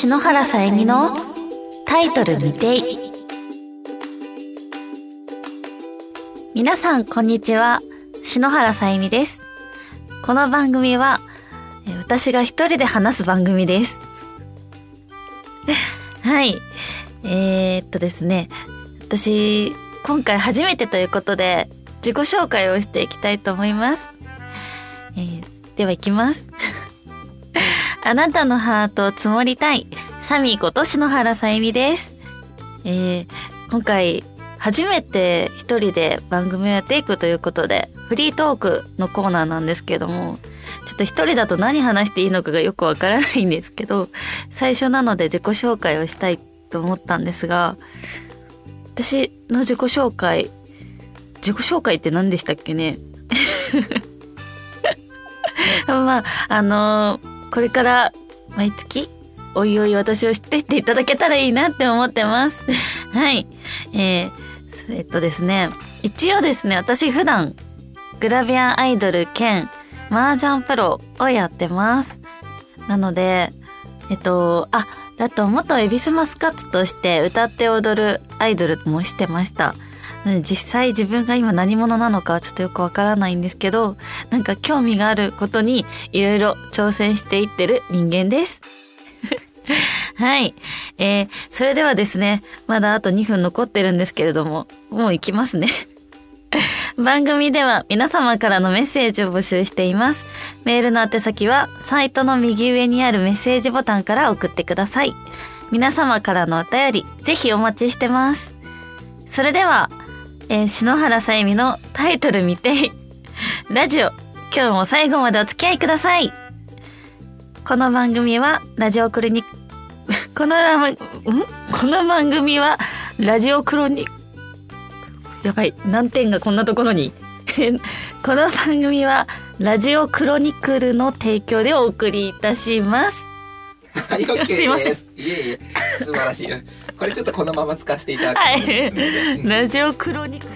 篠原さゆみのタイトル未定。皆さんこんにちは、篠原さゆみです。この番組は私が一人で話す番組です。はい、ですね、私今回初めてということで自己紹介をしていきたいと思います。では行きます。あなたのハートを積もりたいサミーこと篠原さゆみです。今回初めて一人で番組をやっていくということでフリートークのコーナーなんですけども、ちょっと一人だと何話していいのかがよくわからないんですけど、最初なので自己紹介をしたいと思ったんですが、私の自己紹介って何でしたっけね。まあこれから毎月おいおい私を知っていっていただけたらいいなって思ってます。はい。ですね、一応ですね、私普段グラビアアイドル兼麻雀プロをやってます。なのであと元エビスマスカッツとして歌って踊るアイドルもしてました。実際自分が今何者なのかはちょっとよくわからないんですけど、なんか興味があることにいろいろ挑戦していってる人間です。はい。それではですね、まだあと2分残ってるんですけれども、もう行きますね。番組では皆様からのメッセージを募集しています。メールの宛先はサイトの右上にあるメッセージボタンから送ってください。皆様からのお便りぜひお待ちしてます。それでは、篠原さゆみのタイトル未定ラジオ、今日も最後までお付き合いください。この番組はラジオクロニこの番組はラジオクロニやばい、難点がこんなところにこの番組はラジオクロニクルの提供でお送りいたします。 はい、OK です。 すいません。 いえ、素晴らしい。これちょっとこのまま使わせていただきますので、はい、 ラジオクロニクル。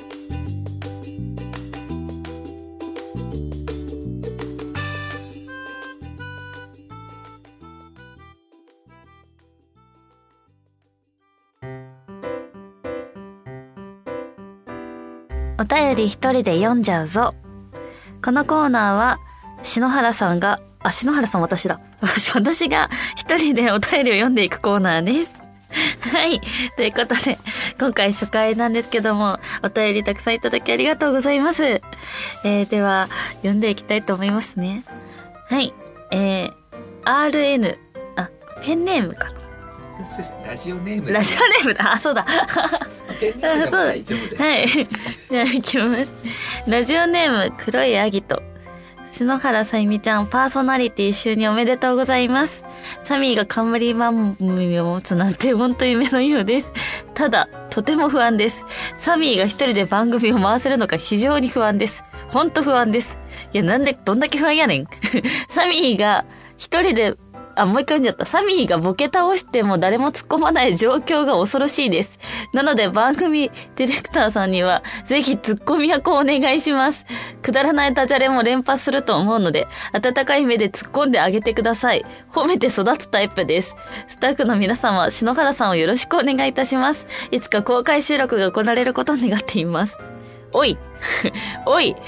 お便り一人で読んじゃうぞ。このコーナーは篠原さん私だ。私が一人でお便りを読んでいくコーナーです。はい。ということで、今回初回なんですけども、お便りたくさんいただきありがとうございます。では、読んでいきたいと思いますね。はい。RN、ペンネームかな。 そうですね、ラジオネームだ。そうだ。 ペンネームでも大丈夫です。 はい。では行きます。ラジオネーム黒いアギト。篠原さゆみちゃんパーソナリティ就任おめでとうございます。サミーが冠番組を持つなんて本当夢のようです。ただとても不安です。サミーが一人で番組を回せるのか非常に不安です。本当不安です。いや、どんだけ不安やねん。サミーが一人でもう一回読んじゃった。サミーがボケ倒しても誰も突っ込まない状況が恐ろしいです。なので番組ディレクターさんにはぜひ突っ込み役をお願いします。くだらないダジャレも連発すると思うので温かい目で突っ込んであげてください。褒めて育つタイプです。スタッフの皆様、篠原さんをよろしくお願いいたします。いつか公開収録が行われることを願っています。おいおい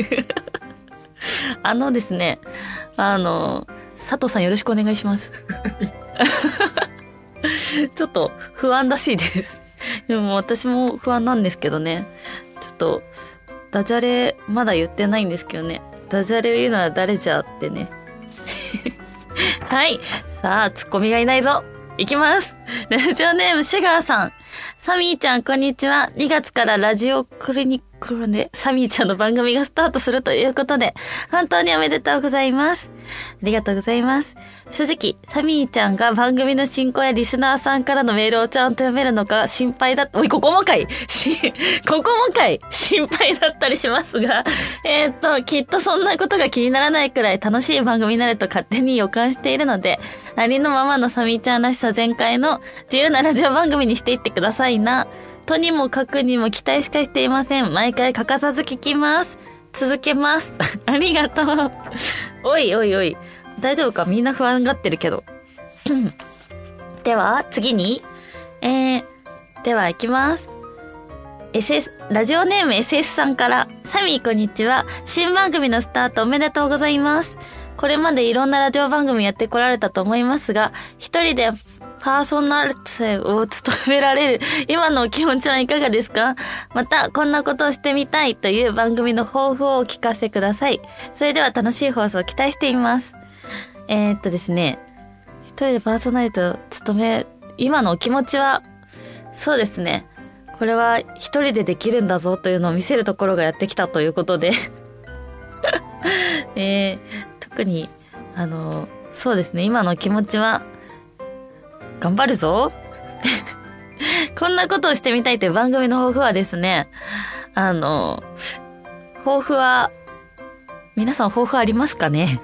ですね、佐藤さんよろしくお願いします。ちょっと不安らしいです。でも私も不安なんですけどね。ちょっとダジャレまだ言ってないんですけどね。ダジャレを言うのは誰じゃってね。はい。さあ、ツッコミがいないぞ。いきます。ラジオネームシュガーさん。サミーちゃんこんにちは。2月からラジオクリニックでサミーちゃんの番組がスタートするということで本当におめでとうございます。ありがとうございます。正直サミーちゃんが番組の進行やリスナーさんからのメールをちゃんと読めるのか心配だ。ここもかい心配だったりしますが、きっとそんなことが気にならないくらい楽しい番組になると勝手に予感しているので、ありのままのサミーちゃんらしさ全開の自由なラジオ番組にしていってくださいな。とにもかくにも期待しかしていません。毎回欠かさず聞きます。続けます。ありがとう。おい。大丈夫か？みんな不安がってるけど。 では、次に、では行きます。ラジオネーム SS さんから、サミーこんにちは。新番組のスタートおめでとうございます。これまでいろんなラジオ番組やってこられたと思いますが、一人でパーソナリティを務められる今のお気持ちはいかがですか？また、こんなことをしてみたいという番組の抱負をお聞かせください。それでは楽しい放送を期待しています。ですね、一人でパーソナリティを務め、今のお気持ちは、そうですね、これは一人でできるんだぞというのを見せるところがやってきたということで、特に、そうですね、今のお気持ちは、頑張るぞこんなことをしてみたいという番組の抱負はですね、抱負は、皆さん抱負ありますかね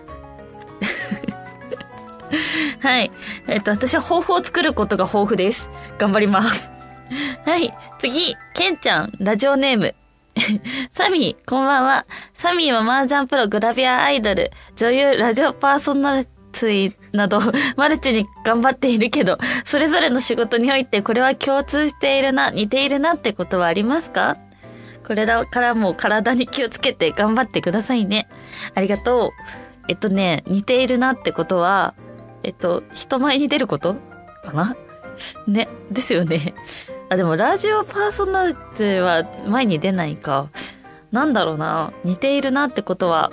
はい。私は抱負を作ることが抱負です。頑張ります。はい。次、ケンちゃん、ラジオネーム。サミー、こんばんは。サミーは麻雀プロ、グラビアアイドル、女優、ラジオパーソナリティなど、マルチに頑張っているけど、それぞれの仕事においてこれは共通しているな、似ているなってことはありますか？これからも体に気をつけて頑張ってくださいね。ありがとう。似ているなってことは、人前に出ることかなね、ですよね。でもラジオパーソナリティは前に出ないか。なんだろうな。似ているなってことは、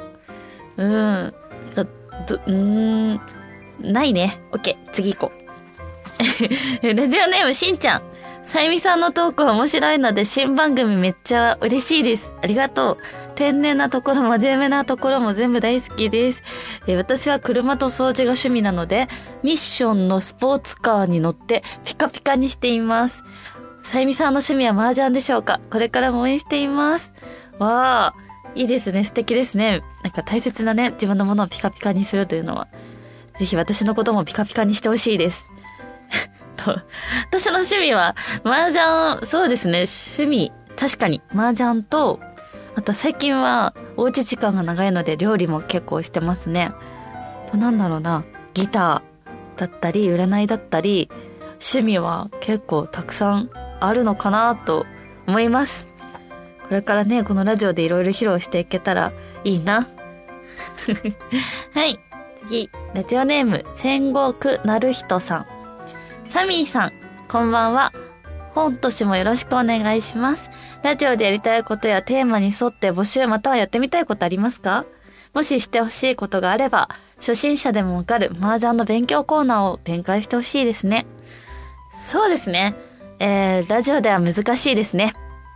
ないね。オッケー、次行こう。ラジオネームしんちゃん。さゆみさんのトークは面白いので新番組めっちゃ嬉しいです。ありがとう。天然なところ、真面目なところも全部大好きです。私は車と掃除が趣味なので、ミッションのスポーツカーに乗ってピカピカにしています。さゆみさんの趣味は麻雀でしょうか？これからも応援しています。わー、いいですね。素敵ですね。なんか大切なね、自分のものをピカピカにするというのは、ぜひ私のこともピカピカにしてほしいです。私の趣味は麻雀、そうですね、趣味、確かに麻雀と、あと最近はおうち時間が長いので料理も結構してますね。なんだろうな、ギターだったり占いだったり、趣味は結構たくさんあるのかなと思います。これからね、このラジオでいろいろ披露していけたらいいな。はい、次、ラジオネーム戦国なるひとさん。サミーさん、こんばんは。本年もよろしくお願いします。ラジオでやりたいことやテーマに沿って募集またはやってみたいことありますか？もししてほしいことがあれば、初心者でもわかる麻雀の勉強コーナーを展開してほしいですね。そうですね。ラジオでは難しいですね。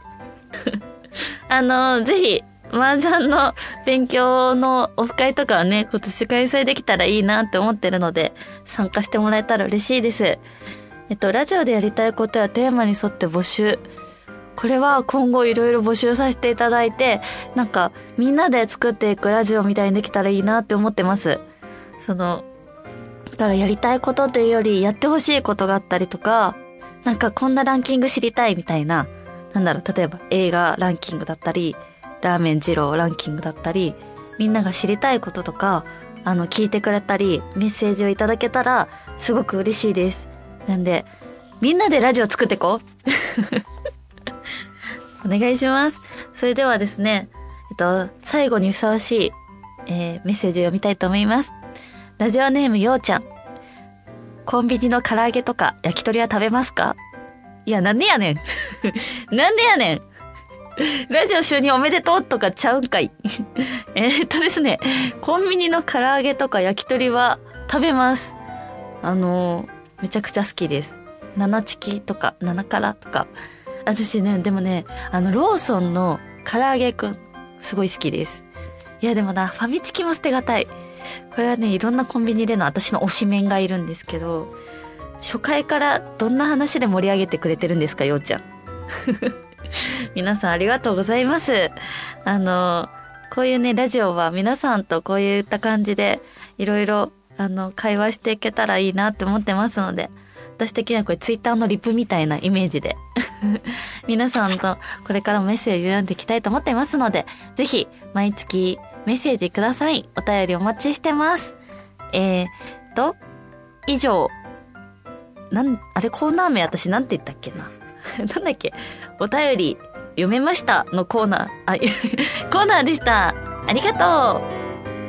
ぜひ、麻雀の勉強のオフ会とかはね、今年開催できたらいいなって思ってるので、参加してもらえたら嬉しいです。ラジオでやりたいことやテーマに沿って募集。これは今後いろいろ募集させていただいて、なんかみんなで作っていくラジオみたいにできたらいいなって思ってます。だからやりたいことというよりやってほしいことがあったりとか、なんかこんなランキング知りたいみたいな、例えば映画ランキングだったり、ラーメン二郎ランキングだったり、みんなが知りたいこととか、聞いてくれたり、メッセージをいただけたら、すごく嬉しいです。なんで、みんなでラジオ作っていこう。お願いします。それではですね、最後にふさわしい、メッセージを読みたいと思います。ラジオネームようちゃん。コンビニの唐揚げとか焼き鳥は食べますか？いや、なんでやねん。なんでやねん。ラジオ就任おめでとうとかちゃうんかい。ですね、コンビニの唐揚げとか焼き鳥は食べます。めちゃくちゃ好きです。七チキとか、七辛とか。私ね、でもね、ローソンの唐揚げくん、すごい好きです。いやでもな、ファミチキも捨てがたい。これはね、いろんなコンビニでの私の推しメンがいるんですけど、初回からどんな話で盛り上げてくれてるんですか、ようちゃん。皆さんありがとうございます。こういうね、ラジオは皆さんとこういった感じで、いろいろ、会話していけたらいいなって思ってますので、私的にはこれツイッターのリプみたいなイメージで、皆さんとこれからもメッセージ読んでいきたいと思ってますので、ぜひ、毎月メッセージください。お便りお待ちしてます。以上、 あれコーナー名私なんて言ったっけななんだっけ、お便り読めましたのコーナー、コーナーでした。ありがとう。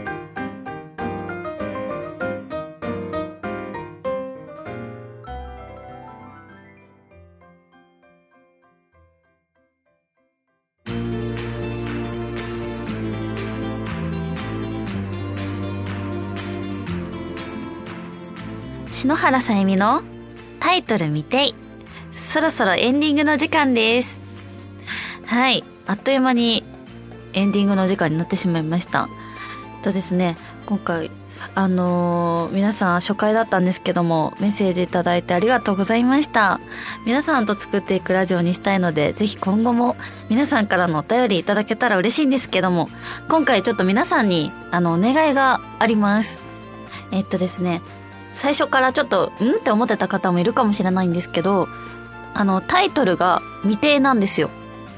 篠原さゆみのタイトル未定。そろそろエンディングの時間です。はい、あっという間にエンディングの時間になってしまいました。ですね、今回皆さん初回だったんですけども、メッセージいただいてありがとうございました。皆さんと作っていくラジオにしたいので、ぜひ今後も皆さんからのお便りいただけたら嬉しいんですけども、今回ちょっと皆さんにお願いがあります。ですね、最初からちょっとって思ってた方もいるかもしれないんですけど、タイトルが未定なんですよ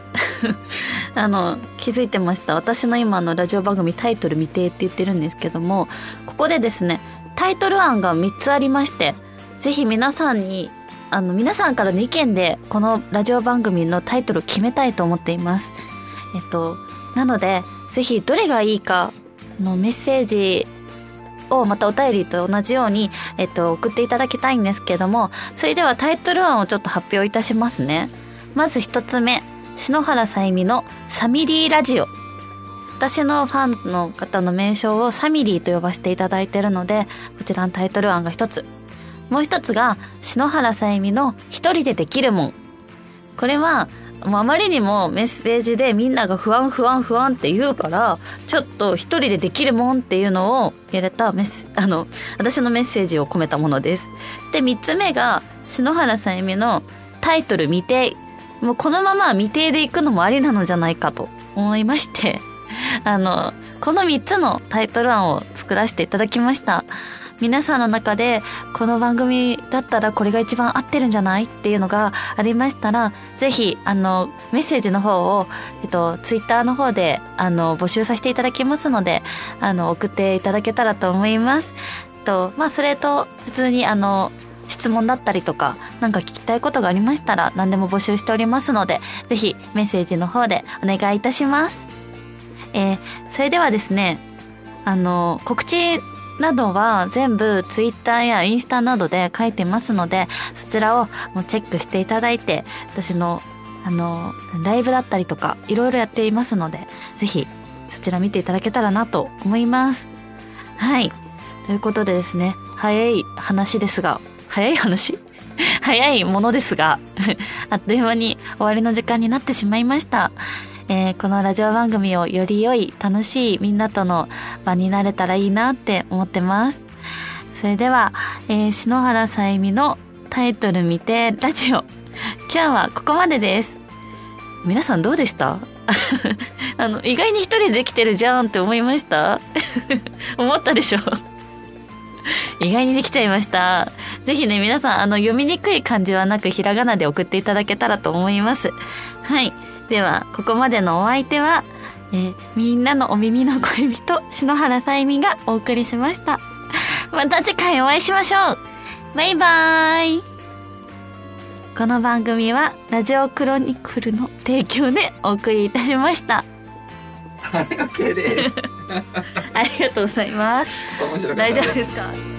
気づいてました。私の今のラジオ番組タイトル未定って言ってるんですけども、ここでですね、タイトル案が3つありまして、ぜひ皆さんに皆さんからの意見でこのラジオ番組のタイトルを決めたいと思っています。なのでぜひどれがいいかのメッセージをまたお便りと同じように、送っていただきたいんですけども、それではタイトル案をちょっと発表いたしますね。まず一つ目、篠原さゆみのサミリーラジオ。私のファンの方の名称をサミリーと呼ばせていただいているので、こちらのタイトル案が一つ。もう一つが篠原さゆみの一人でできるもん。これはもうあまりにもメッセージでみんなが不安って言うから、ちょっと一人でできるもんっていうのを入れた私のメッセージを込めたものです。で、3つ目が篠原さゆみのタイトル未定。もうこのまま未定でいくのもありなのじゃないかと思いまして、この3つのタイトル案を作らせていただきました。皆さんの中でこの番組だったらこれが一番合ってるんじゃないっていうのがありましたら、ぜひメッセージの方をツイッターの方で募集させていただきますので、送っていただけたらと思います。それと普通に質問だったりとか、なんか聞きたいことがありましたら何でも募集しておりますので、ぜひメッセージの方でお願いいたします。それではですね、告知などは全部ツイッターやインスタなどで書いてますので、そちらをもうチェックしていただいて、私のライブだったりとかいろいろやっていますので、ぜひそちら見ていただけたらなと思います。はい、ということでですね、早いものですがあっという間に終わりの時間になってしまいました。このラジオ番組をより良い楽しいみんなとの場になれたらいいなって思ってます。それでは、篠原さゆみのタイトル未定ラジオ、今日はここまでです。皆さんどうでした意外に一人できてるじゃんって思いました思ったでしょ意外にできちゃいました。ぜひね、皆さん読みにくい漢字はなくひらがなで送っていただけたらと思います。はい、ではここまでのお相手は、みんなのお耳の恋人篠原さゆみがお送りしました。また次回お会いしましょう。バイバイ。この番組はラジオクロニクルの提供でお送りいたしました。 はい、OK です。 ありがとうございます。 面白かったです。 大丈夫ですか？